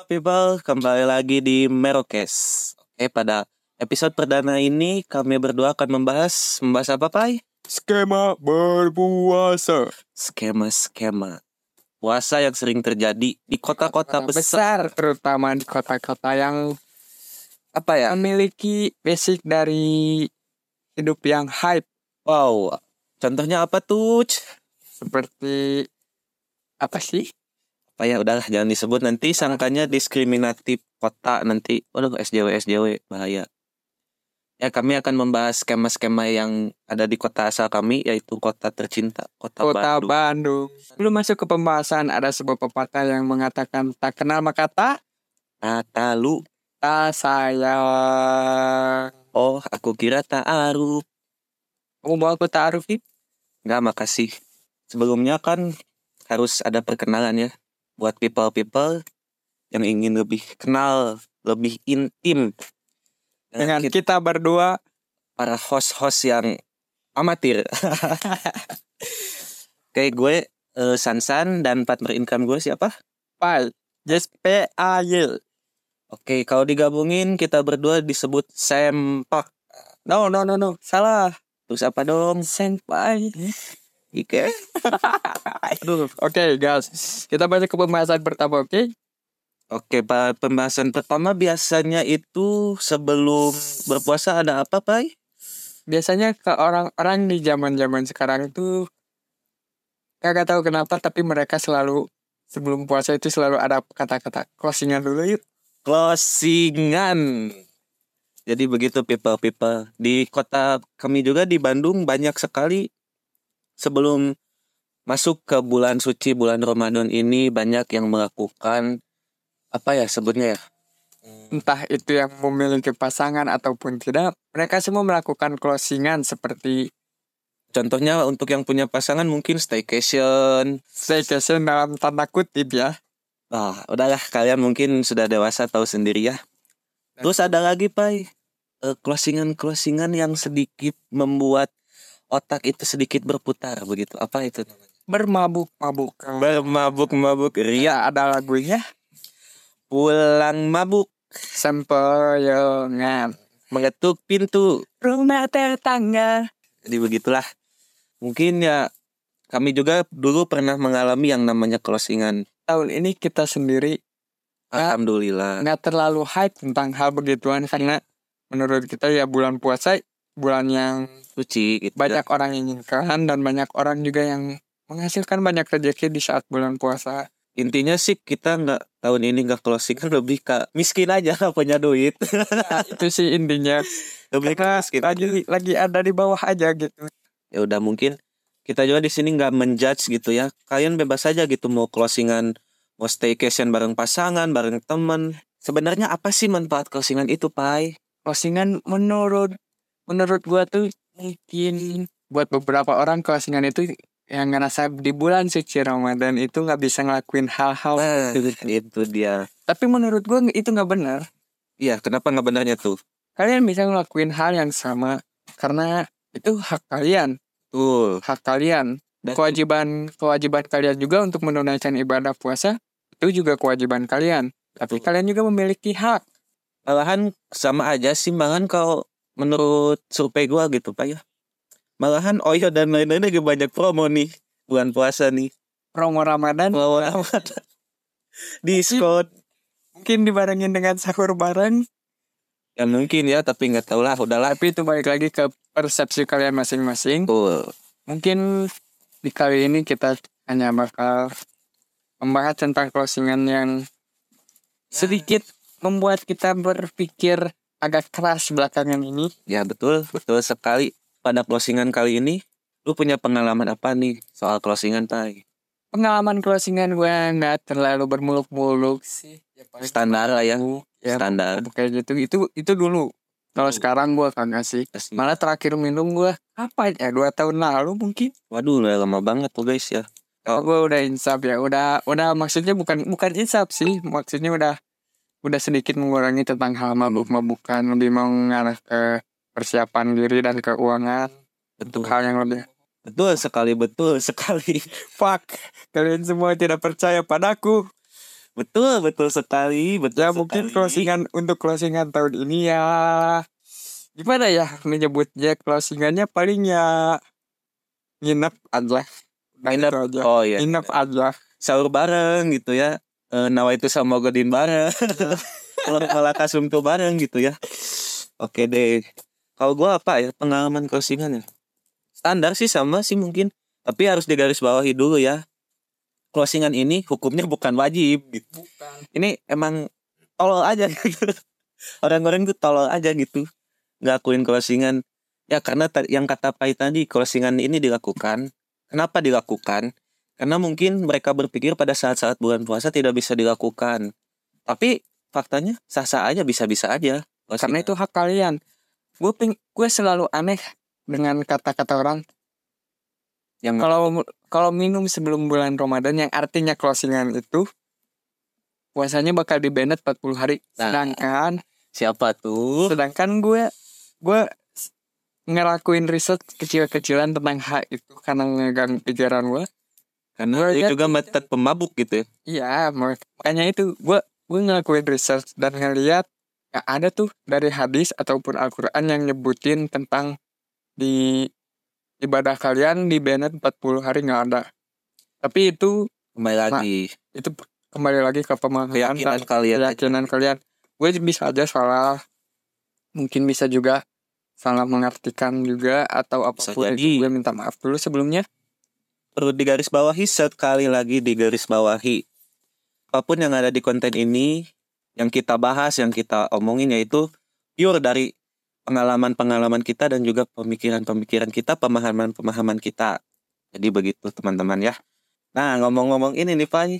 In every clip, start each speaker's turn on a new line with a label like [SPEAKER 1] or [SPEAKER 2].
[SPEAKER 1] people, kembali lagi di Merokes. Pada episode perdana ini kami berdua akan membahas apa, Pai?
[SPEAKER 2] Skema berpuasa.
[SPEAKER 1] Skema puasa yang sering terjadi di kota-kota besar.
[SPEAKER 2] Terutama di kota-kota yang memiliki basic dari hidup yang hype.
[SPEAKER 1] Wow, contohnya apa tuh?
[SPEAKER 2] Seperti apa sih?
[SPEAKER 1] Udahlah jangan disebut, nanti sangkanya diskriminatif kota nanti. Waduh, SJW bahaya. Ya, kami akan membahas skema-skema yang ada di kota asal kami, yaitu kota tercinta, kota
[SPEAKER 2] Bandung. Belum masuk ke pembahasan, ada sebuah pepatah yang mengatakan tak kenal maka tak
[SPEAKER 1] lu.
[SPEAKER 2] Tak sayang.
[SPEAKER 1] Oh, aku kira ta'aruf.
[SPEAKER 2] Kamu mau aku ta'aruf nih?
[SPEAKER 1] Enggak, makasih. Sebelumnya kan harus ada perkenalan ya, buat people yang ingin lebih kenal, lebih intim
[SPEAKER 2] dengan kita berdua,
[SPEAKER 1] para host-host yang amatir. Kayak gue Sansan, dan partner income gue siapa?
[SPEAKER 2] Pai. Just P-A-Y.
[SPEAKER 1] Oke, kalau digabungin kita berdua disebut sempak.
[SPEAKER 2] No, salah.
[SPEAKER 1] Terus apa dong?
[SPEAKER 2] Senpai.
[SPEAKER 1] Oke.
[SPEAKER 2] Aduh. Oke, guys. Kita balik ke pembahasan pertama, oke?
[SPEAKER 1] Oke, Pak. Pembahasan pertama biasanya itu sebelum berpuasa ada apa, Pak?
[SPEAKER 2] Biasanya ke orang-orang di zaman-zaman sekarang itu kagak tahu kenapa, tapi mereka selalu sebelum puasa itu selalu ada kata-kata closingan dulu yuk.
[SPEAKER 1] Closingan. Jadi begitu people. Di kota kami juga di Bandung banyak sekali sebelum masuk ke bulan suci, bulan Ramadan ini banyak yang melakukan sebutnya ya?
[SPEAKER 2] Entah itu yang memiliki pasangan ataupun tidak, mereka semua melakukan closingan seperti
[SPEAKER 1] contohnya untuk yang punya pasangan mungkin staycation
[SPEAKER 2] dalam tanda kutip ya.
[SPEAKER 1] Udahlah, kalian mungkin sudah dewasa tahu sendiri ya. Terus ada lagi, Pai, closingan yang sedikit membuat otak itu sedikit berputar begitu. Apa itu namanya? Bermabuk.
[SPEAKER 2] Ria, ada lagunya.
[SPEAKER 1] Pulang mabuk,
[SPEAKER 2] sempoyongan,
[SPEAKER 1] mengetuk pintu
[SPEAKER 2] rumah tetangga.
[SPEAKER 1] Jadi begitulah. Mungkin ya kami juga dulu pernah mengalami yang namanya closingan.
[SPEAKER 2] Tahun ini kita sendiri
[SPEAKER 1] alhamdulillah
[SPEAKER 2] nggak terlalu hype tentang hal begituan, karena menurut kita ya bulan puasa bulan yang
[SPEAKER 1] suci gitu.
[SPEAKER 2] Banyak orang yang inginkan dan banyak orang juga yang menghasilkan banyak rezeki di saat bulan puasa.
[SPEAKER 1] Intinya sih kita tahun ini nggak closing, kan lebih ke miskin aja, nggak punya duit.
[SPEAKER 2] Nah, itu sih intinya. Lebih lagi ada di bawah aja gitu.
[SPEAKER 1] Ya udah, mungkin kita juga di sini nggak menjudge gitu ya. Kalian bebas aja gitu, mau closingan, mau staycation bareng pasangan, bareng teman. Sebenarnya apa sih manfaat closingan itu, Pai?
[SPEAKER 2] Closingan menurut gua tuh mungkin buat beberapa orang closingan itu yang ngerasa di bulan suci Ramadan itu nggak bisa ngelakuin hal-hal
[SPEAKER 1] itu dia.
[SPEAKER 2] Tapi menurut gue itu nggak benar.
[SPEAKER 1] Iya, kenapa nggak benarnya tuh?
[SPEAKER 2] Kalian bisa ngelakuin hal yang sama karena itu hak kalian. Hak kalian. Dan kewajiban kalian juga untuk menunaikan ibadah puasa itu juga kewajiban kalian. Tapi kalian juga memiliki hak.
[SPEAKER 1] Malahan sama aja sih, malahan kalau menurut survei gue gitu, Pak ya. Malahan Oyo dan lain-lain lagi banyak promo nih bulan puasa nih.
[SPEAKER 2] Promo Ramadan.
[SPEAKER 1] Diskon.
[SPEAKER 2] Mungkin dibarengin dengan sahur bareng.
[SPEAKER 1] Ya mungkin ya, tapi nggak tahu lah, udahlah.
[SPEAKER 2] Tapi itu balik lagi ke persepsi kalian masing-masing. Mungkin di kali ini kita hanya bakal membahas tentang closingan yang sedikit membuat kita berpikir agak keras belakangan ini.
[SPEAKER 1] Ya betul sekali. Pada closingan kali ini, lu punya pengalaman apa nih soal closingan, Tay?
[SPEAKER 2] Pengalaman closingan gue nggak terlalu bermuluk-muluk sih.
[SPEAKER 1] Ya, standar lah ya. Standar.
[SPEAKER 2] Kayak gitu. Itu dulu. Kalau sekarang gue kagak sih. Malah terakhir minum gue apa ya? 2 tahun lalu mungkin.
[SPEAKER 1] Waduh, udah lama banget tuh guys ya.
[SPEAKER 2] Gue udah insaf ya. Udah maksudnya bukan insaf sih. Maksudnya udah sedikit mengurangi tentang hal mabuk-mabukan, lebih mengarah ke persiapan diri dan keuangan. Untuk hal yang lebih.
[SPEAKER 1] Betul sekali.
[SPEAKER 2] Fuck, kalian semua tidak percaya padaku.
[SPEAKER 1] Betul sekali, betul
[SPEAKER 2] Ya
[SPEAKER 1] sekali.
[SPEAKER 2] mungkin untuk closingan tahun ini ya gimana ya menyebutnya, closingannya paling ya nginep aja.
[SPEAKER 1] Nginep,
[SPEAKER 2] Itu aja.
[SPEAKER 1] oh iya.
[SPEAKER 2] Nginep aja.
[SPEAKER 1] Sahur bareng gitu ya. Nawa itu sama Godin bareng. Kalau Malaka Sumtu bareng gitu ya. Oke deh. Kalau gue apa ya pengalaman closingan ya? Standar sih sama sih mungkin. Tapi harus digarisbawahi dulu ya. Closingan ini hukumnya bukan wajib gitu.
[SPEAKER 2] Bukan.
[SPEAKER 1] Ini emang tolol aja gitu. Orang-orang tuh tolol aja gitu. Ngakuin closingan. Ya karena yang kata Pai tadi, closingan ini dilakukan. Kenapa dilakukan? Karena mungkin mereka berpikir pada saat-saat bulan puasa tidak bisa dilakukan. Tapi faktanya sah-sah aja, bisa-bisa aja.
[SPEAKER 2] Karena itu hak kalian. Gue selalu aneh dengan kata-kata orang
[SPEAKER 1] yang
[SPEAKER 2] kalau minum sebelum bulan Ramadan, yang artinya closingan itu puasanya bakal di-banned 40 hari. Sedangkan
[SPEAKER 1] siapa tuh?
[SPEAKER 2] Sedangkan gue ngelakuin riset kecil-kecilan tentang hak itu karena ngegang pikiran gue.
[SPEAKER 1] Karena dia juga metode pemabuk gitu ya.
[SPEAKER 2] Iya, makanya itu gue ngelakuin research dan ngeliat ya ada tuh dari hadis ataupun Al-Quran yang nyebutin tentang di ibadah kalian di banned 40 hari nggak ada. Tapi itu kembali lagi ke pemahaman keyakinan kalian. Gue bisa aja salah, mungkin bisa juga salah mengartikan juga atau apapun itu. Gue minta maaf dulu sebelumnya.
[SPEAKER 1] Perlu digarisbawahi, sekali lagi digarisbawahi. Apapun yang ada di konten ini, yang kita bahas, yang kita omongin yaitu pure dari pengalaman-pengalaman kita dan juga pemikiran-pemikiran kita, pemahaman-pemahaman kita. Jadi begitu teman-teman ya. Nah ngomong-ngomong ini nih Pak,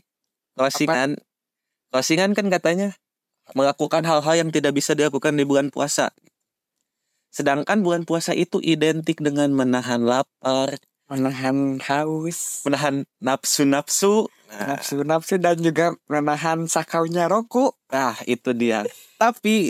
[SPEAKER 1] closingan kan katanya melakukan hal-hal yang tidak bisa dilakukan di bulan puasa. Sedangkan bulan puasa itu identik dengan menahan lapar,
[SPEAKER 2] menahan haus,
[SPEAKER 1] menahan nafsu-nafsu,
[SPEAKER 2] nafsu-nafsu dan juga menahan sakaunya rokok.
[SPEAKER 1] Nah, itu dia. Tapi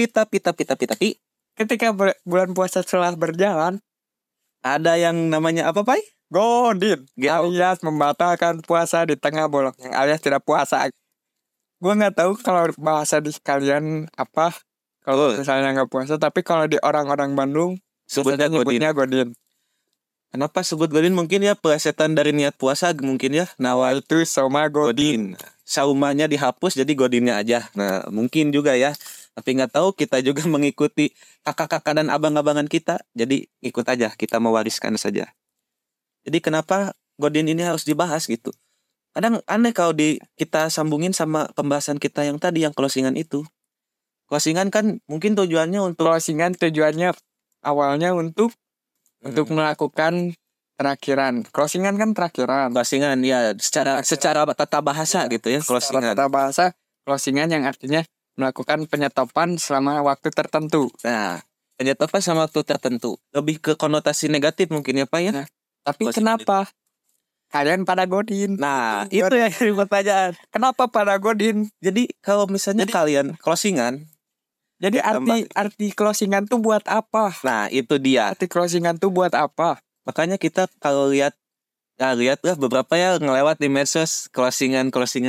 [SPEAKER 2] ketika bulan puasa telah berjalan,
[SPEAKER 1] ada yang namanya apa, Pai?
[SPEAKER 2] Godin, alias membatalkan puasa di tengah bolongnya, alias tidak puasa. Gue nggak tahu kalau bahasa di kalian apa, kalau misalnya nggak puasa, tapi kalau di orang-orang Bandung sebutnya Godin.
[SPEAKER 1] Kenapa sebut Godin? Mungkin ya plesetan dari niat puasa mungkin ya.
[SPEAKER 2] Nawal itu sama Godin.
[SPEAKER 1] Saumanya dihapus jadi Godinnya aja. Nah mungkin juga ya. Tapi nggak tahu, kita juga mengikuti kakak-kakak dan abang-abangan kita. Jadi ikut aja, kita mewariskan saja. Jadi kenapa Godin ini harus dibahas gitu. Kadang aneh kalau kita sambungin sama pembahasan kita yang tadi, yang closingan itu. Closingan kan mungkin tujuannya untuk...
[SPEAKER 2] Closingan tujuannya awalnya untuk melakukan terakhiran. Closingan kan terakhiran.
[SPEAKER 1] Closingan ya secara tata bahasa gitu ya. Closingan.
[SPEAKER 2] Tata bahasa closingan yang artinya melakukan penyetopan selama waktu tertentu.
[SPEAKER 1] Nah, penyetopan selama waktu tertentu lebih ke konotasi negatif mungkin ya Pak ya.
[SPEAKER 2] Nah, tapi kenapa kalian pada Godin?
[SPEAKER 1] Nah, itu yang jadi pertanyaan.
[SPEAKER 2] Kenapa pada Godin?
[SPEAKER 1] Jadi kalau misalnya kalian closingan,
[SPEAKER 2] jadi arti closingan tuh buat apa?
[SPEAKER 1] Nah, itu dia.
[SPEAKER 2] Arti closingan tuh buat apa?
[SPEAKER 1] Makanya kita kalau lihatlah beberapa ya ngelewat di medsos closingan.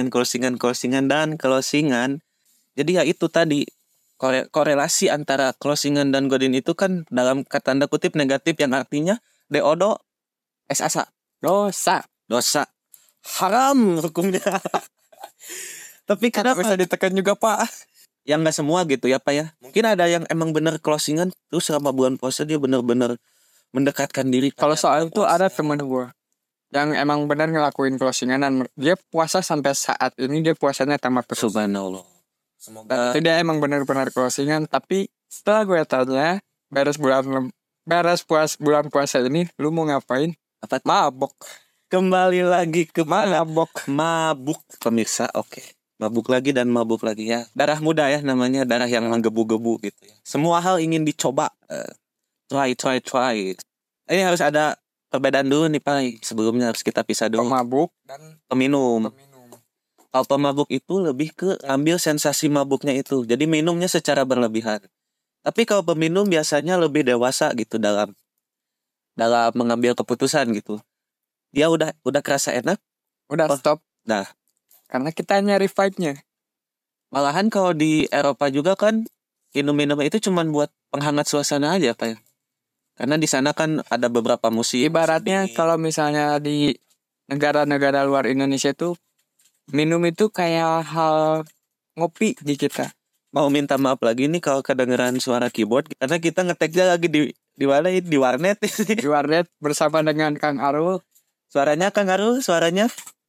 [SPEAKER 1] Jadi ya itu tadi korelasi antara closingan dan Godin itu kan dalam kata tanda kutip negatif yang artinya deodo asa. Dosa. Haram hukumnya. Tapi kenapa
[SPEAKER 2] bisa ditekan juga Pak?
[SPEAKER 1] Yang nggak semua gitu ya Pak ya. Mungkin ada yang emang bener closingan terus selama bulan puasa dia bener-bener mendekatkan diri.
[SPEAKER 2] Kalau soal itu ada temen gue yang emang bener ngelakuin closingan dan dia puasa sampai saat ini, dia puasanya tamat terus.
[SPEAKER 1] Subhanallah. Semoga
[SPEAKER 2] dia emang bener-bener closingan. Tapi setelah gue tanya beres bulan puasa ini lu mau ngapain?
[SPEAKER 1] Apa?
[SPEAKER 2] Mabok.
[SPEAKER 1] Kembali lagi ke mabuk pemirsa. Oke. Mabuk lagi dan mabuk lagi ya. Darah muda ya namanya, darah yang menggebu-gebu gitu ya. Semua hal ingin dicoba. Try. Ini harus ada perbedaan dulu nih Pak. Sebelumnya harus kita pisah dulu.
[SPEAKER 2] Pemabuk dan
[SPEAKER 1] peminum. Kalau pemabuk itu lebih ke ambil sensasi mabuknya itu. Jadi minumnya secara berlebihan. Tapi kalau peminum biasanya lebih dewasa gitu dalam mengambil keputusan gitu. Dia udah kerasa enak.
[SPEAKER 2] Udah stop.
[SPEAKER 1] Nah,
[SPEAKER 2] karena kita nyari vibe-nya.
[SPEAKER 1] Malahan kalau di Eropa juga kan minum-minum itu cuman buat penghangat suasana aja Pak ya. Karena di sana kan ada beberapa musim.
[SPEAKER 2] Ibaratnya kalau misalnya di negara-negara luar Indonesia itu minum itu kayak hal ngopi di kita.
[SPEAKER 1] Mau minta maaf lagi nih kalau kedengeran suara keyboard karena kita ngeteknya lagi di mana ini, di warnet.
[SPEAKER 2] Di warnet bersama dengan Kang Arul.
[SPEAKER 1] Suaranya Kang Arul, suaranya.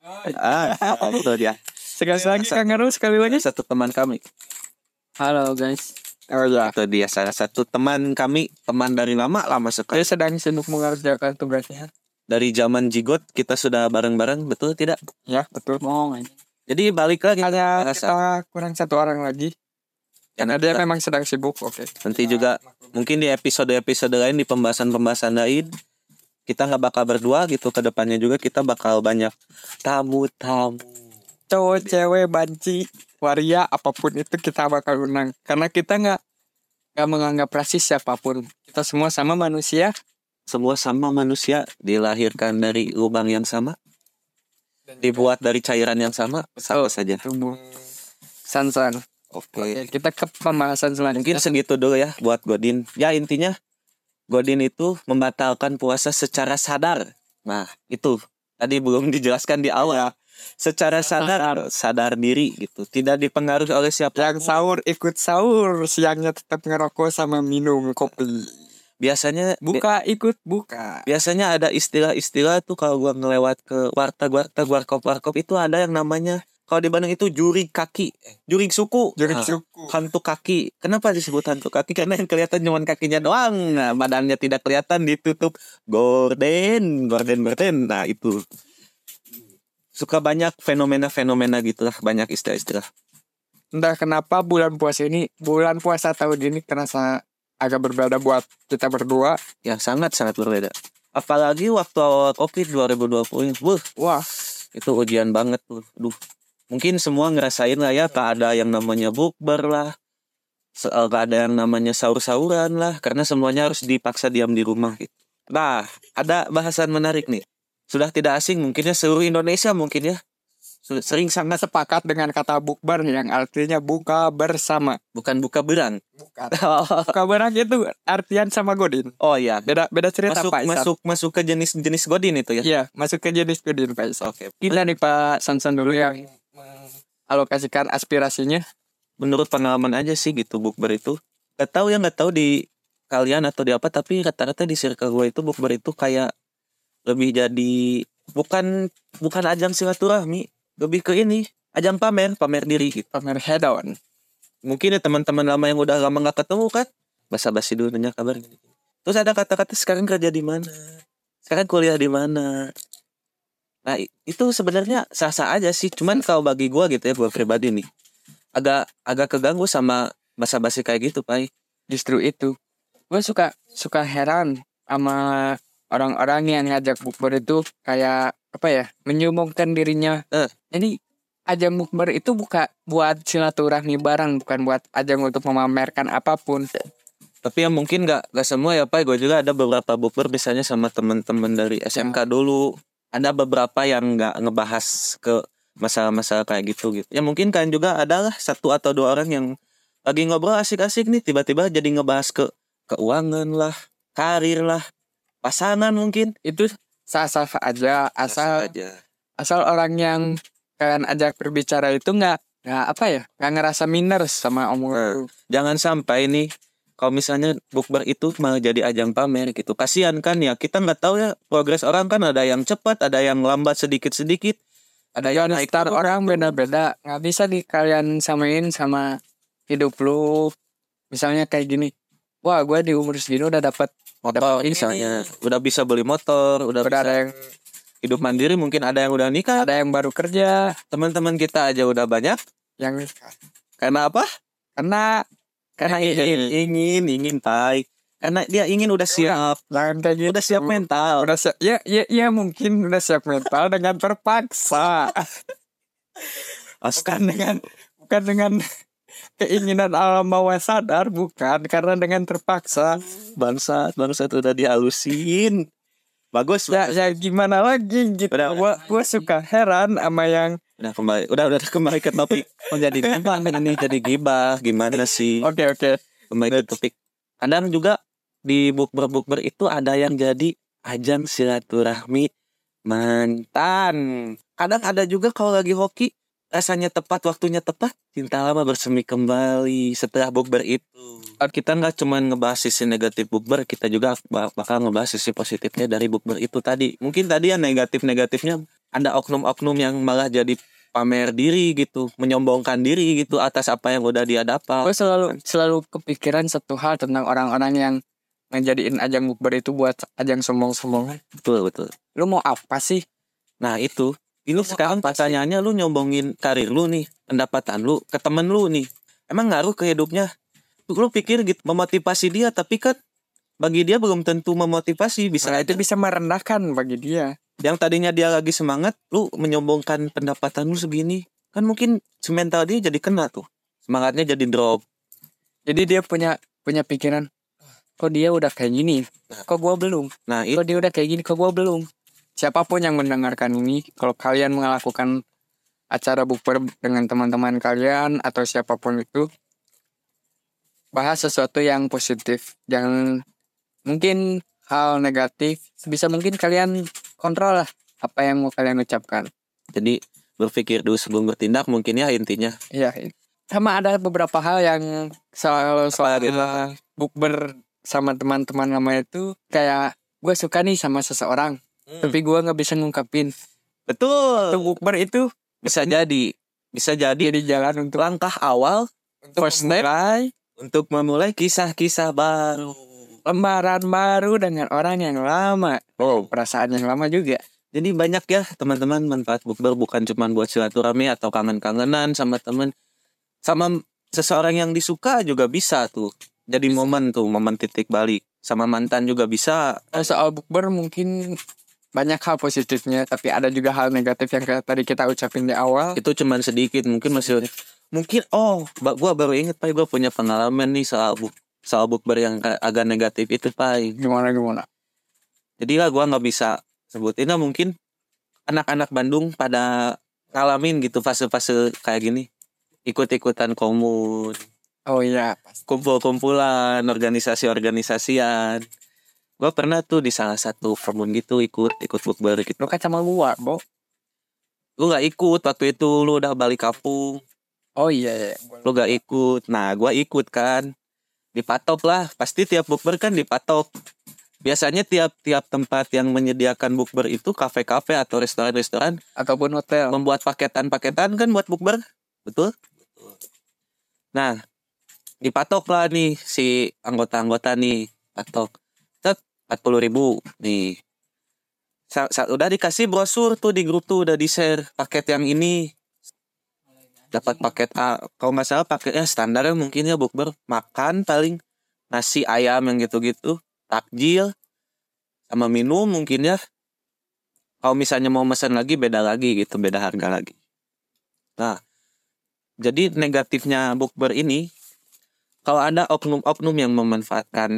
[SPEAKER 1] Itu dia.
[SPEAKER 2] Sekali lagi Kang Arul, sekali lagi.
[SPEAKER 1] Satu teman kami.
[SPEAKER 2] Halo guys. Oh ya.
[SPEAKER 1] Itu dia salah satu teman kami, teman dari lama sekali.
[SPEAKER 2] Saya sedang sibuk mengerjakan tugasnya.
[SPEAKER 1] Dari zaman Jigot kita sudah bareng-bareng, betul tidak?
[SPEAKER 2] Ya, betul. Bohong aja.
[SPEAKER 1] Jadi balik lagi.
[SPEAKER 2] Hanya kita kurang satu orang lagi. Karena dia memang sedang sibuk. Oke.
[SPEAKER 1] Nanti juga mungkin di episode-episode lain, di pembahasan-pembahasan lain, kita nggak bakal berdua gitu, ke depannya juga kita bakal banyak tamu-tamu.
[SPEAKER 2] Cowok, cewek, banci, waria, apapun itu kita bakal undang. Karena kita nggak menganggap rasis siapapun. Kita semua sama manusia.
[SPEAKER 1] Semua sama manusia, dilahirkan dari lubang yang sama, dibuat dari cairan yang sama, sama saja.
[SPEAKER 2] Tubuh Sansan. Oke, kita ke pembahasan selanjutnya.
[SPEAKER 1] Mungkin segitu dulu ya buat Godin. Ya intinya Godin itu membatalkan puasa secara sadar. Nah itu tadi belum dijelaskan di awal. Secara sadar diri gitu. Tidak dipengaruhi oleh siapa.
[SPEAKER 2] Yang sahur ikut sahur, siangnya tetap ngerokok sama minum kopi.
[SPEAKER 1] Biasanya
[SPEAKER 2] ikut buka.
[SPEAKER 1] Biasanya ada istilah-istilah tuh kalau gua ngelewat ke warkop itu ada yang namanya, kalau di Bandung itu jurig suku. Hantu kaki. Kenapa disebut hantu kaki? Karena yang kelihatan cuma kakinya doang. Nah, badannya tidak kelihatan, ditutup gorden. Nah, itu. Suka banyak fenomena gitu lah, banyak istilah-istilah.
[SPEAKER 2] Entah kenapa bulan puasa tahun ini terasa agak berbeda buat kita berdua.
[SPEAKER 1] Ya, sangat-sangat berbeda. Apalagi waktu awal Covid 2020. Wah, itu ujian banget tuh. Mungkin semua ngerasain lah ya, tak ada yang namanya bukber lah, gak ada yang namanya sahur-sahuran lah, karena semuanya harus dipaksa diam di rumah gitu. Nah, ada bahasan menarik nih. Sudah tidak asing mungkinnya seluruh Indonesia mungkin ya. Sering sangat
[SPEAKER 2] sepakat dengan kata bukber yang artinya buka bersama.
[SPEAKER 1] Bukan buka berang.
[SPEAKER 2] Bukan. Buka berang itu artian sama Godin.
[SPEAKER 1] Oh iya.
[SPEAKER 2] Beda cerita Pak.
[SPEAKER 1] Masuk ke jenis Godin itu ya.
[SPEAKER 2] Iya, masuk ke jenis Godin Pak.
[SPEAKER 1] Oke.
[SPEAKER 2] Kita nih Pak Sansan dulu yang alokasikan aspirasinya.
[SPEAKER 1] Menurut pengalaman aja sih gitu bukber itu. Gak tahu di kalian atau di apa, tapi rata-rata di circle gue itu bukber itu kayak lebih jadi bukan ajang silaturahmi, lebih ke ini ajang pamer diri gitu.
[SPEAKER 2] Pamer head on.
[SPEAKER 1] Mungkin ya teman-teman lama yang udah lama nggak ketemu kan, basa-basi dulu nanya kabar. Terus ada kata-kata sekarang kerja di mana, sekarang kuliah di mana. Nah itu sebenarnya sah-sah aja sih, cuman kalau bagi gue gitu ya, gue pribadi nih agak keganggu sama basa-basi kayak gitu Pak.
[SPEAKER 2] Justru itu gue suka heran sama orang-orang yang ngajak bukber itu kayak apa ya, menyombongkan dirinya. Jadi ajang bukber itu bukan buat silaturahmi bareng, bukan buat ajang untuk memamerkan apapun.
[SPEAKER 1] Tapi ya mungkin gak semua ya Pak. Gue juga ada beberapa bukber misalnya sama teman-teman dari SMK dulu. Ada beberapa yang gak ngebahas ke masalah-masalah kayak gitu. Ya mungkin kan juga adalah satu atau dua orang yang lagi ngobrol asik-asik nih, tiba-tiba jadi ngebahas ke keuangan lah, karir lah, pasangan mungkin.
[SPEAKER 2] Itu sah-sah aja, asal orang yang kalian ajak berbicara itu nggak ngerasa minder sama omongan.
[SPEAKER 1] Jangan sampai nih kalau misalnya bukber itu malah jadi ajang pamer gitu. Kasihan kan ya, kita nggak tahu ya progres orang, kan ada yang cepat, ada yang lambat sedikit-sedikit, ada yang naik
[SPEAKER 2] start orang beda-beda. Nggak bisa kalian samain sama hidup lu. Misalnya kayak gini, wah gue di umur segini udah dapat
[SPEAKER 1] motor misalnya, udah bisa beli motor, udah bisa
[SPEAKER 2] ada yang
[SPEAKER 1] hidup mandiri, mungkin ada yang udah nikah,
[SPEAKER 2] ada yang baru kerja.
[SPEAKER 1] Teman-teman kita aja udah banyak
[SPEAKER 2] yang
[SPEAKER 1] karena apa?
[SPEAKER 2] Karena
[SPEAKER 1] ingin Pai. Karena dia ingin udah siap.
[SPEAKER 2] Jangan kayak gitu.
[SPEAKER 1] Udah siap mental.
[SPEAKER 2] Udah siap. Ya mungkin udah siap mental dengan terpaksa. bukan dengan keinginan alam bawah sadar, bukan, karena dengan terpaksa.
[SPEAKER 1] Bangsat udah dihalusin. Bagus.
[SPEAKER 2] Ya gimana lagi gitu. Gua suka heran sama yang
[SPEAKER 1] udah kembali ke topik. Jadi jadi gibah gimana sih?
[SPEAKER 2] Oke.
[SPEAKER 1] Kembali ke topik. Kadang juga di bukber itu ada yang jadi ajang silaturahmi mantan. Kadang ada juga kalau lagi hoki rasanya tepat, waktunya tepat, cinta lama bersemi kembali setelah bukber itu. Kita nggak cuma ngebahas sisi negatif bukber, kita juga bakal ngebahas sisi positifnya dari bukber itu tadi. Mungkin tadi ya negatifnya ada oknum-oknum yang malah jadi pamer diri gitu, menyombongkan diri gitu atas apa yang udah dia dapat.
[SPEAKER 2] Gue selalu kepikiran satu hal tentang orang-orang yang ngejadiin ajang bukber itu buat ajang sombong-sombongan.
[SPEAKER 1] Betul.
[SPEAKER 2] Lu mau apa sih?
[SPEAKER 1] Nah itu. Ini sekarang pertanyaannya, lu nyombongin karir lu nih, pendapatan lu ke temen lu nih, emang ngaruh ke hidupnya? Lu pikir gitu memotivasi dia, tapi kan bagi dia belum tentu memotivasi.
[SPEAKER 2] Itu bisa merendahkan bagi dia.
[SPEAKER 1] Yang tadinya dia lagi semangat, lu menyombongkan pendapatan lu segini, kan mungkin mental dia jadi kena tuh, semangatnya jadi drop.
[SPEAKER 2] Jadi dia punya pikiran, kok dia udah kayak gini, kok gua belum. Kok dia udah kayak gini, kok gua belum. Siapapun yang mendengarkan ini, kalau kalian melakukan acara bukber dengan teman-teman kalian atau siapapun itu, bahas sesuatu yang positif. Jangan mungkin hal negatif, sebisa mungkin kalian kontrol lah apa yang mau kalian ucapkan.
[SPEAKER 1] Jadi berpikir dulu sebelum bertindak mungkin ya intinya.
[SPEAKER 2] Iya. Sama ada beberapa hal yang soal bukber sama teman-teman lama itu, kayak gue suka nih sama seseorang. Tapi gue nggak bisa ngungkapin.
[SPEAKER 1] Betul.
[SPEAKER 2] Bukber itu
[SPEAKER 1] bisa jadi
[SPEAKER 2] jalan untuk
[SPEAKER 1] langkah awal,
[SPEAKER 2] untuk
[SPEAKER 1] memulai kisah-kisah baru,
[SPEAKER 2] lembaran baru dengan orang yang lama. Perasaan yang lama juga.
[SPEAKER 1] Jadi banyak ya teman-teman manfaat bukber, bukan cuma buat silaturahmi atau kangen-kangenan sama teman, sama seseorang yang disuka juga bisa tuh. Jadi momen titik balik. Sama mantan juga bisa.
[SPEAKER 2] Soal bukber mungkin banyak hal positifnya, tapi ada juga hal negatif yang tadi kita ucapin di awal.
[SPEAKER 1] Itu cuman sedikit, mungkin gua baru inget Pai, gua punya pengalaman nih soal bukber yang agak negatif itu Pai.
[SPEAKER 2] Gimana?
[SPEAKER 1] Jadi lah gua nggak bisa sebutin lah, mungkin anak-anak Bandung pada ngalamin gitu fase-fase kayak gini, ikut-ikutan komun.
[SPEAKER 2] Oh iya,
[SPEAKER 1] kumpul-kumpulan, organisasi-organisasian. Gue pernah tuh di salah satu komun gitu ikut bukber gitu.
[SPEAKER 2] Lu kan sama gua, Bo.
[SPEAKER 1] Lu gak ikut waktu itu, lu udah balik kampung.
[SPEAKER 2] Oh iya.
[SPEAKER 1] Lu gak ikut. Nah gue ikut kan. Dipatok lah. Pasti tiap bukber kan dipatok. Biasanya tiap tempat yang menyediakan bukber itu kafe-kafe atau restoran-restoran
[SPEAKER 2] ataupun hotel
[SPEAKER 1] membuat paketan-paketan kan buat bukber. Betul? Nah, dipatok lah nih si anggota-anggota nih, patok 40.000 nih. Udah dikasih brosur tuh di grup tuh, udah di-share paket yang ini. Dapat paket A, kalau nggak salah paketnya standar mungkin ya bukber, makan paling nasi ayam yang gitu-gitu, takjil sama minum mungkin ya. Kalau misalnya mau pesan lagi beda lagi gitu, beda harga lagi. Nah, jadi negatifnya bukber ini, kalau ada oknum-oknum yang memanfaatkan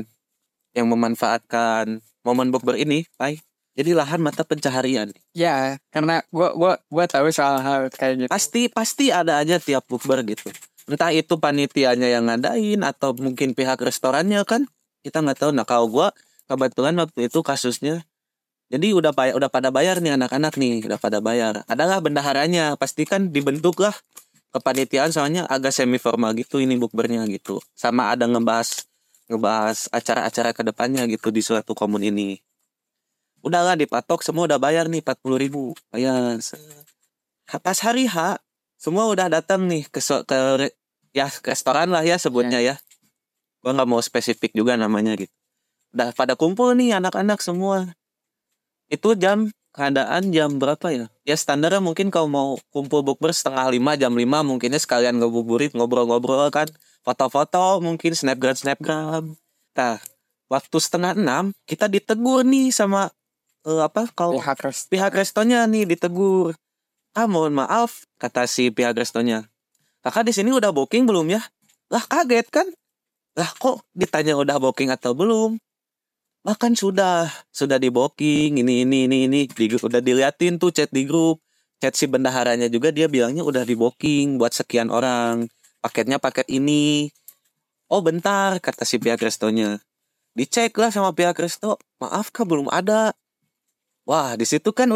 [SPEAKER 1] momen bukber ini, jadi lahan mata pencaharian.
[SPEAKER 2] Ya, karena gua tahu soal hal kayak gitu.
[SPEAKER 1] Pasti ada aja tiap bukber gitu. Entah itu panitianya yang ngadain atau mungkin pihak restorannya kan, kita nggak tahu. Nah kalau gua kebetulan waktu itu kasusnya, jadi udah pada bayar nih anak-anak nih, udah pada bayar. Adalah bendaharanya, pasti kan dibentuk lah kepanitiaan, soalnya agak semi formal gitu ini bukbernya gitu. Sama ada ngebahas acara-acara kedepannya gitu di suatu komun ini. Udahlah dipatok, semua udah bayar nih 40.000. Bayar. Pas hari H, semua udah datang nih ke restoran lah ya sebutnya ya. Gua nggak mau spesifik juga namanya gitu. Udah pada kumpul nih anak-anak semua. Itu keadaan jam berapa ya? Ya standarnya mungkin kalau mau kumpul bukber 4:30, jam 5 mungkinnya sekalian ngebuburit, ngobrol-ngobrol kan. Foto-foto, mungkin snapgram. Nah, waktu 5:30 kita ditegur nih sama pihak restonya nih ditegur. Mohon maaf, kata si pihak restonya. Kakak di sini udah booking belum ya? Lah kaget kan? Lah kok ditanya udah booking atau belum? bahkan sudah di booking ini udah diliatin tuh chat di grup, chat si bendaharanya juga, dia bilangnya udah di booking buat sekian orang, paketnya paket ini. Oh bentar, kata si pihak restonya, dicek lah sama pihak resto, maaf kak belum ada. Wah di situ kan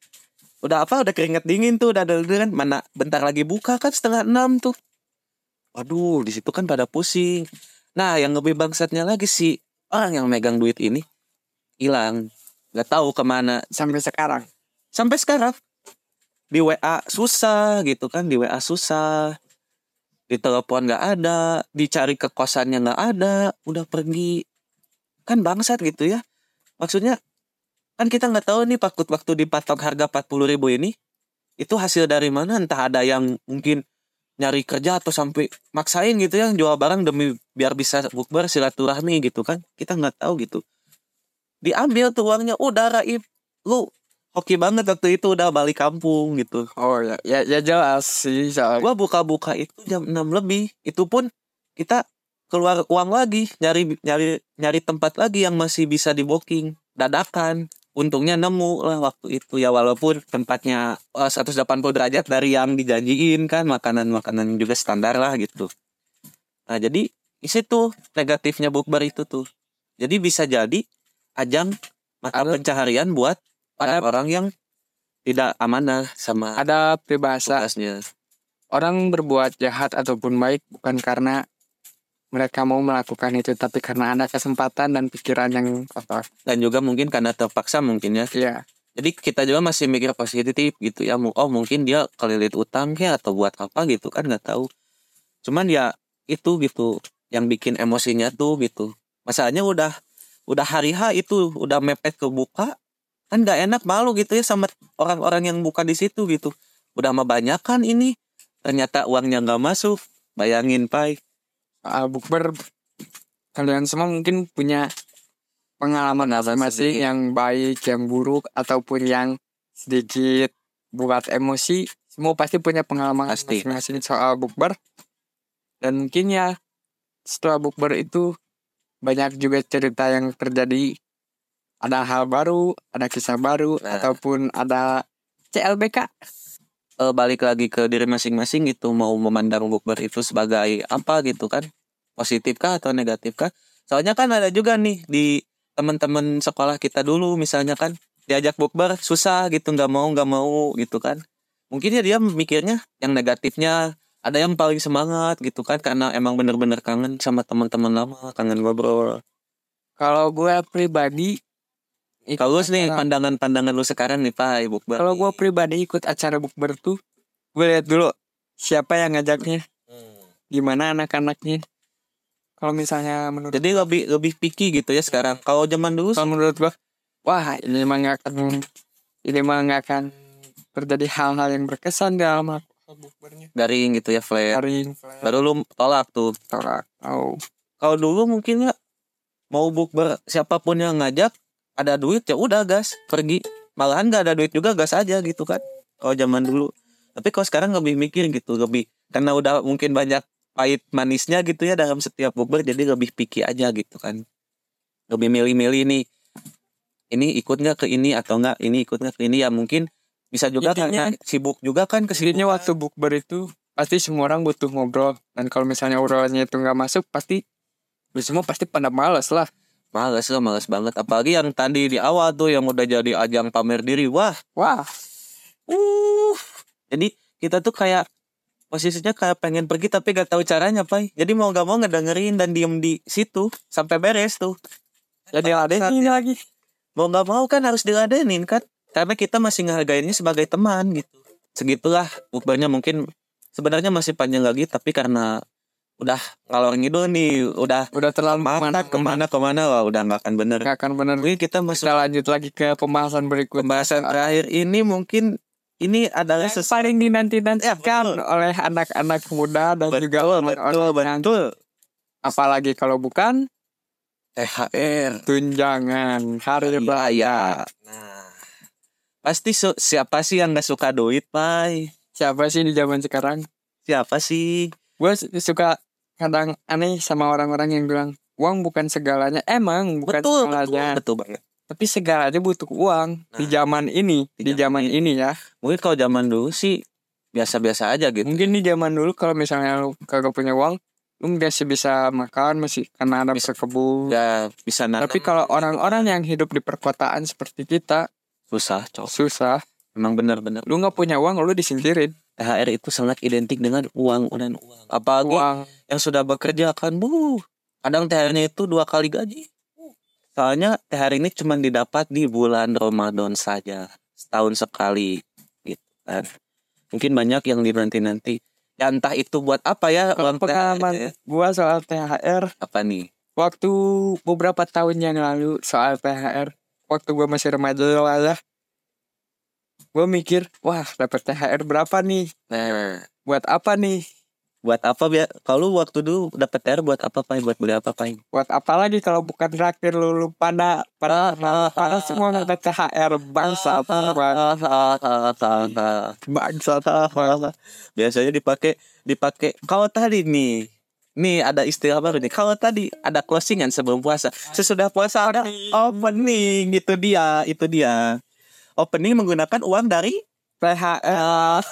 [SPEAKER 1] udah keringet dingin tuh, udah kan, mana bentar lagi buka kan 5:30 tuh. Waduh di situ kan pada pusing. Nah yang lebih bangsatnya lagi, si orang yang megang duit ini hilang, nggak tahu kemana sampai sekarang. Di WA susah gitu kan, di WA susah, di telepon nggak ada, dicari ke kosannya nggak ada, udah pergi. Kan bangsat gitu ya, maksudnya kan kita nggak tahu nih waktu dipatok harga 40.000 ini itu hasil dari mana, entah ada yang mungkin nyari kerja atau sampai maksain gitu ya jual barang demi biar bisa bukber silaturahmi gitu kan, kita nggak tahu gitu. Diambil tuh uangnya, udah raib. Lu hoki banget waktu itu, udah balik kampung gitu.
[SPEAKER 2] Oh ya jelas sih soal.
[SPEAKER 1] Gua buka-buka itu jam 6 lebih. Itu pun kita keluar uang lagi, nyari tempat lagi yang masih bisa di booking dadakan. Untungnya nemu lah waktu itu ya, walaupun tempatnya 180 derajat dari yang dijanjiin kan, makanan juga standar lah gitu. Nah jadi di situ negatifnya bukber itu tuh. Jadi bisa jadi ajang mata pencaharian buat orang yang tidak amanah sama
[SPEAKER 2] ada peribahasa,
[SPEAKER 1] tugasnya.
[SPEAKER 2] orang berbuat jahat ataupun baik bukan karena mereka mau melakukan itu, tapi karena ada kesempatan dan pikiran yang kotor.
[SPEAKER 1] Dan juga mungkin karena terpaksa mungkin ya.
[SPEAKER 2] Iya.
[SPEAKER 1] Jadi kita juga masih mikir positif gitu ya. Oh mungkin dia kelilit utang kayak atau buat apa gitu kan, nggak tahu. Cuman ya itu gitu yang bikin emosinya tuh gitu. Masalahnya udah hari H itu udah mepet ke buka, kan nggak enak, malu gitu ya sama orang-orang yang buka di situ gitu. Udah mah banyak kan ini, ternyata uangnya nggak masuk. Bayangin pai.
[SPEAKER 2] Bukber, kalian semua mungkin punya pengalaman masing-masing yang baik, yang buruk, ataupun yang sedikit buat emosi. Semua pasti punya pengalaman masing-masing soal bukber. Dan mungkin ya setelah bukber itu banyak juga cerita yang terjadi. Ada hal baru, ada kisah baru, ataupun ada CLBK.
[SPEAKER 1] Balik lagi ke diri masing-masing gitu, mau memandang bukber itu sebagai apa gitu kan, positif kah atau negatif kah. Soalnya kan ada juga nih di teman-teman sekolah kita dulu misalnya kan, diajak bukber susah gitu, nggak mau gitu kan. Mungkin ya dia mikirnya yang negatifnya. Ada yang paling semangat gitu kan, karena emang bener-bener kangen sama teman-teman lama, kangen ngobrol.
[SPEAKER 2] Kalau gue pribadi,
[SPEAKER 1] kalau nih pandangan lu sekarang nih Pak bukber.
[SPEAKER 2] Kalau gue pribadi ikut acara bukber tuh, gue lihat dulu siapa yang ngajaknya, gimana anak-anaknya. Kalau misalnya menurut,
[SPEAKER 1] jadi lebih picky gitu ya sekarang. Kalau zaman dulu,
[SPEAKER 2] kalau menurut gue, wah ini mah nggak akan terjadi hal-hal yang berkesan dalam bukbernya.
[SPEAKER 1] Garing gitu ya, flat. Baru lu tolak.
[SPEAKER 2] Oh.
[SPEAKER 1] Kalau dulu mungkin ya mau bukber siapapun yang ngajak, ada duit ya udah gas pergi. Malahan nggak ada duit juga gas aja gitu kan. Kalau zaman dulu. Tapi kalau sekarang lebih mikir gitu, lebih karena udah mungkin banyak pahit manisnya gitu ya dalam setiap bukber, jadi lebih picky aja gitu kan. Lebih milih-milih nih. Ini ikut nggak ke ini atau nggak ini ikut nggak ke ini, ya mungkin bisa juga karena sibuk juga kan
[SPEAKER 2] kesini waktu bukber itu pasti semua orang butuh ngobrol, dan kalau misalnya obrolannya itu nggak masuk pasti semua pasti pada malas
[SPEAKER 1] banget, apalagi yang tadi di awal tuh yang udah jadi ajang pamer diri. Wah jadi kita tuh kayak posisinya kayak pengen pergi tapi gak tahu caranya Pai. Jadi mau gak mau ngedengerin dan diem di situ sampai beres tuh.
[SPEAKER 2] Jadi diladenin lagi.
[SPEAKER 1] Mau gak mau kan harus diladenin kan, karena kita masih ngehargainnya sebagai teman gitu. Segitulah bukbernya, mungkin sebenarnya masih panjang lagi, tapi karena udah ngalor ngidul nih, udah
[SPEAKER 2] terlalu
[SPEAKER 1] kemana wah udah nggak akan bener. Mungkin kita
[SPEAKER 2] lanjut lagi ke pembahasan berikut.
[SPEAKER 1] Pembahasan terakhir ini mungkin ini adalah
[SPEAKER 2] paling dinanti-nantikan oleh anak-anak muda dan juga orang-orang.
[SPEAKER 1] Betul.
[SPEAKER 2] Apalagi kalau bukan
[SPEAKER 1] THR,
[SPEAKER 2] tunjangan hari raya.
[SPEAKER 1] Nah, pasti siapa sih yang nggak suka duit, Pai?
[SPEAKER 2] Siapa sih di zaman sekarang?
[SPEAKER 1] Siapa sih?
[SPEAKER 2] Gue suka kadang aneh sama orang-orang yang bilang uang bukan segalanya. Emang bukan
[SPEAKER 1] Betul,
[SPEAKER 2] segalanya.
[SPEAKER 1] betul banget.
[SPEAKER 2] Tapi segalanya butuh uang di zaman ini. Di zaman ini ya.
[SPEAKER 1] Mungkin kalau zaman dulu sih biasa-biasa aja gitu.
[SPEAKER 2] Mungkin di zaman dulu kalau misalnya lu kagak punya uang, lu masih bisa makan, masih karena ada berkebun.
[SPEAKER 1] Ya bisa nanam.
[SPEAKER 2] Tapi kalau orang-orang yang hidup di perkotaan seperti kita,
[SPEAKER 1] susah.
[SPEAKER 2] Susah.
[SPEAKER 1] Memang benar-benar.
[SPEAKER 2] Lu nggak punya uang, lu disingkirin.
[SPEAKER 1] THR itu sangat identik dengan uang dan uang. Apalagi yang sudah bekerja kan, kadang THR-nya itu 2 kali gaji. Soalnya THR ini cuma didapat di bulan Ramadan saja, setahun sekali, gitu kan. Mungkin banyak yang dinanti-nanti. Ya entah itu buat apa ya.
[SPEAKER 2] Pengalaman gua soal THR.
[SPEAKER 1] Apa nih?
[SPEAKER 2] Waktu beberapa tahun yang lalu soal THR, waktu gua masih remaja lah, gua mikir, wah dapat THR berapa nih? Buat apa nih?
[SPEAKER 1] Buat apa kalau waktu dulu dapat THR buat apa, Pai? Buat beli apa, Pai?
[SPEAKER 2] Buat apa lagi kalau bukan traktir lu pada semua dapat THR bangsa.
[SPEAKER 1] Biasanya dipakai kalau tadi nih. Nih ada istilah baru nih. Kalau tadi ada closingan sebelum puasa, sesudah puasa ada opening. Itu dia. Opening menggunakan uang dari
[SPEAKER 2] THR.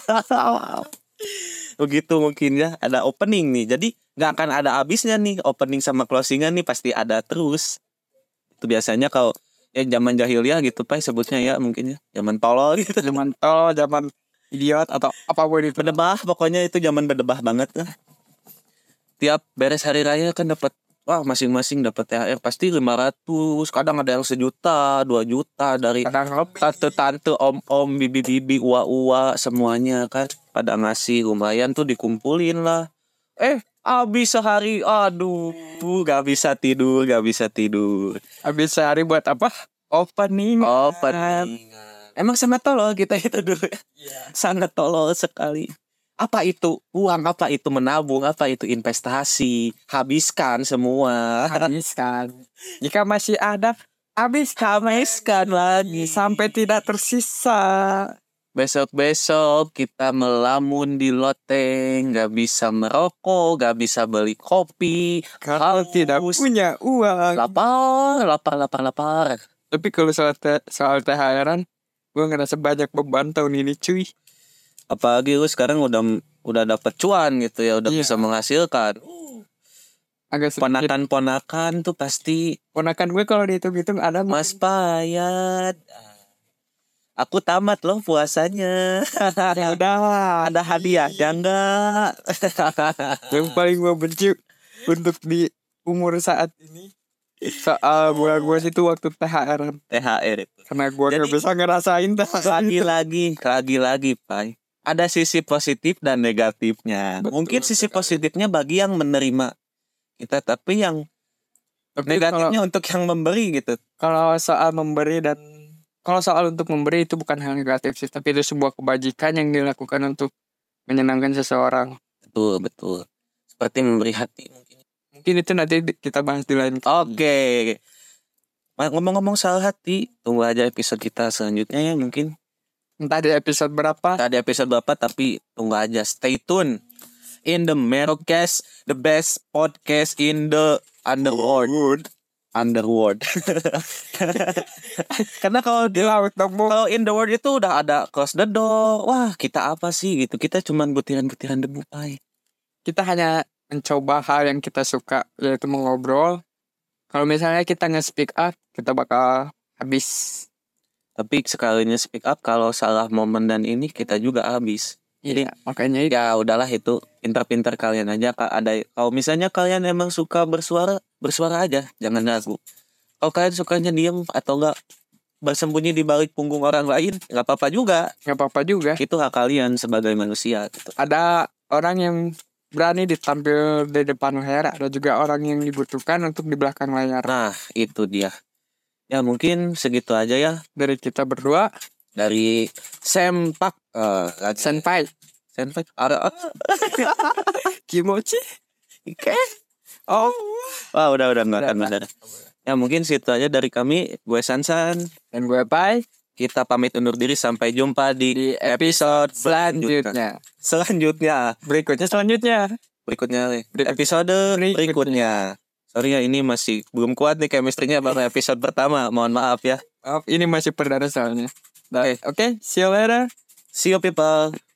[SPEAKER 1] Begitu mungkin ya, ada opening nih. Jadi nggak akan ada habisnya nih, opening sama closingan nih pasti ada terus. Itu biasanya kalau ya zaman jahiliyah gitu Pak sebutnya ya, mungkin ya zaman tolol gitu.
[SPEAKER 2] Zaman tolol, zaman idiot atau apapun itu.
[SPEAKER 1] Berdebah, pokoknya itu zaman berdebah banget lah. Tiap beres hari raya kan dapat, wah masing-masing dapat THR pasti 500, kadang ada yang 1 juta, 2 juta dari tante-tante, om-om, bibi-bibi, uwa-uwa semuanya kan pada ngasih, lumayan tuh dikumpulin lah. Habis sehari, aduh, gak bisa tidur.
[SPEAKER 2] Habis sehari buat apa? Opening.
[SPEAKER 1] Emang sangat tolol kita itu dulu ya. Sangat tolol sekali. Apa itu uang, apa itu menabung, apa itu investasi. Habiskan semua.
[SPEAKER 2] Jika masih ada, habiskan lagi sampai tidak tersisa.
[SPEAKER 1] Besok-besok kita melamun di loteng, gak bisa merokok, gak bisa beli kopi,
[SPEAKER 2] kalau tidak punya uang.
[SPEAKER 1] Lapar.
[SPEAKER 2] Tapi kalau soal THR-an, gue ngerasa banyak beban tahun ini cuy.
[SPEAKER 1] Apalagi lu sekarang udah dapet cuan gitu ya, udah bisa menghasilkan.
[SPEAKER 2] Agak
[SPEAKER 1] ponakan tuh pasti.
[SPEAKER 2] Ponakan gue kalau dihitung-hitung ada
[SPEAKER 1] Mas Payat. Aku tamat loh puasanya.
[SPEAKER 2] Ya udah,
[SPEAKER 1] ada hadiah ya enggak?
[SPEAKER 2] Yang paling gue benci untuk di umur saat ini soal gue itu waktu THR
[SPEAKER 1] itu.
[SPEAKER 2] Karena gue gak bisa ngerasain
[SPEAKER 1] lagi Pai. Ada sisi positif dan negatifnya. Mungkin sisi positifnya bagi yang menerima kita, tapi yang negatifnya untuk yang memberi gitu.
[SPEAKER 2] Kalau soal untuk memberi itu bukan hal negatif sih, tapi itu sebuah kebajikan yang dilakukan untuk menyenangkan seseorang.
[SPEAKER 1] Betul. Seperti memberi hati
[SPEAKER 2] mungkin itu nanti kita bahas di lain.
[SPEAKER 1] Oke. Ngomong-ngomong soal hati, tunggu aja episode kita selanjutnya ya mungkin.
[SPEAKER 2] Entah di episode berapa,
[SPEAKER 1] tapi tunggu aja, stay tune in the Merocast, the best podcast in the underworld. Karena kalau di laut kalau in the world itu udah ada close the door. Wah, kita apa sih gitu? Kita cuman butiran-butiran debu, Pai.
[SPEAKER 2] Kita hanya mencoba hal yang kita suka, yaitu mengobrol. Kalau misalnya kita nge-speak up, kita bakal habis.
[SPEAKER 1] Tapi sekalinya speak up, kalau salah momen dan ini kita juga habis. Jadi
[SPEAKER 2] makanya
[SPEAKER 1] ya udahlah, itu pintar-pintar kalian aja. Kalau misalnya kalian emang suka bersuara aja, jangan ragu. Kalau kalian sukanya diem atau enggak bersembunyi di balik punggung orang lain, nggak apa-apa juga. Itu hak kalian sebagai manusia gitu.
[SPEAKER 2] Ada orang yang berani ditampil di depan layar, ada juga orang yang dibutuhkan untuk di belakang layar.
[SPEAKER 1] Nah, itu dia. Ya mungkin segitu aja ya
[SPEAKER 2] dari kita berdua,
[SPEAKER 1] dari Senpai. Ada
[SPEAKER 2] Kimochi.
[SPEAKER 1] Oke. Wah, udah enggak akan. Ya mungkin segitu aja dari kami. Gue Sansan
[SPEAKER 2] dan gue Pai.
[SPEAKER 1] Kita pamit undur diri, sampai jumpa di episode selanjutnya. Episode berikutnya. Sorry ya, ini masih belum kuat nih chemistry-nya baru episode pertama. Mohon maaf ya.
[SPEAKER 2] Maaf, ini masih perdana soalnya. Oke, see you later.
[SPEAKER 1] See you people.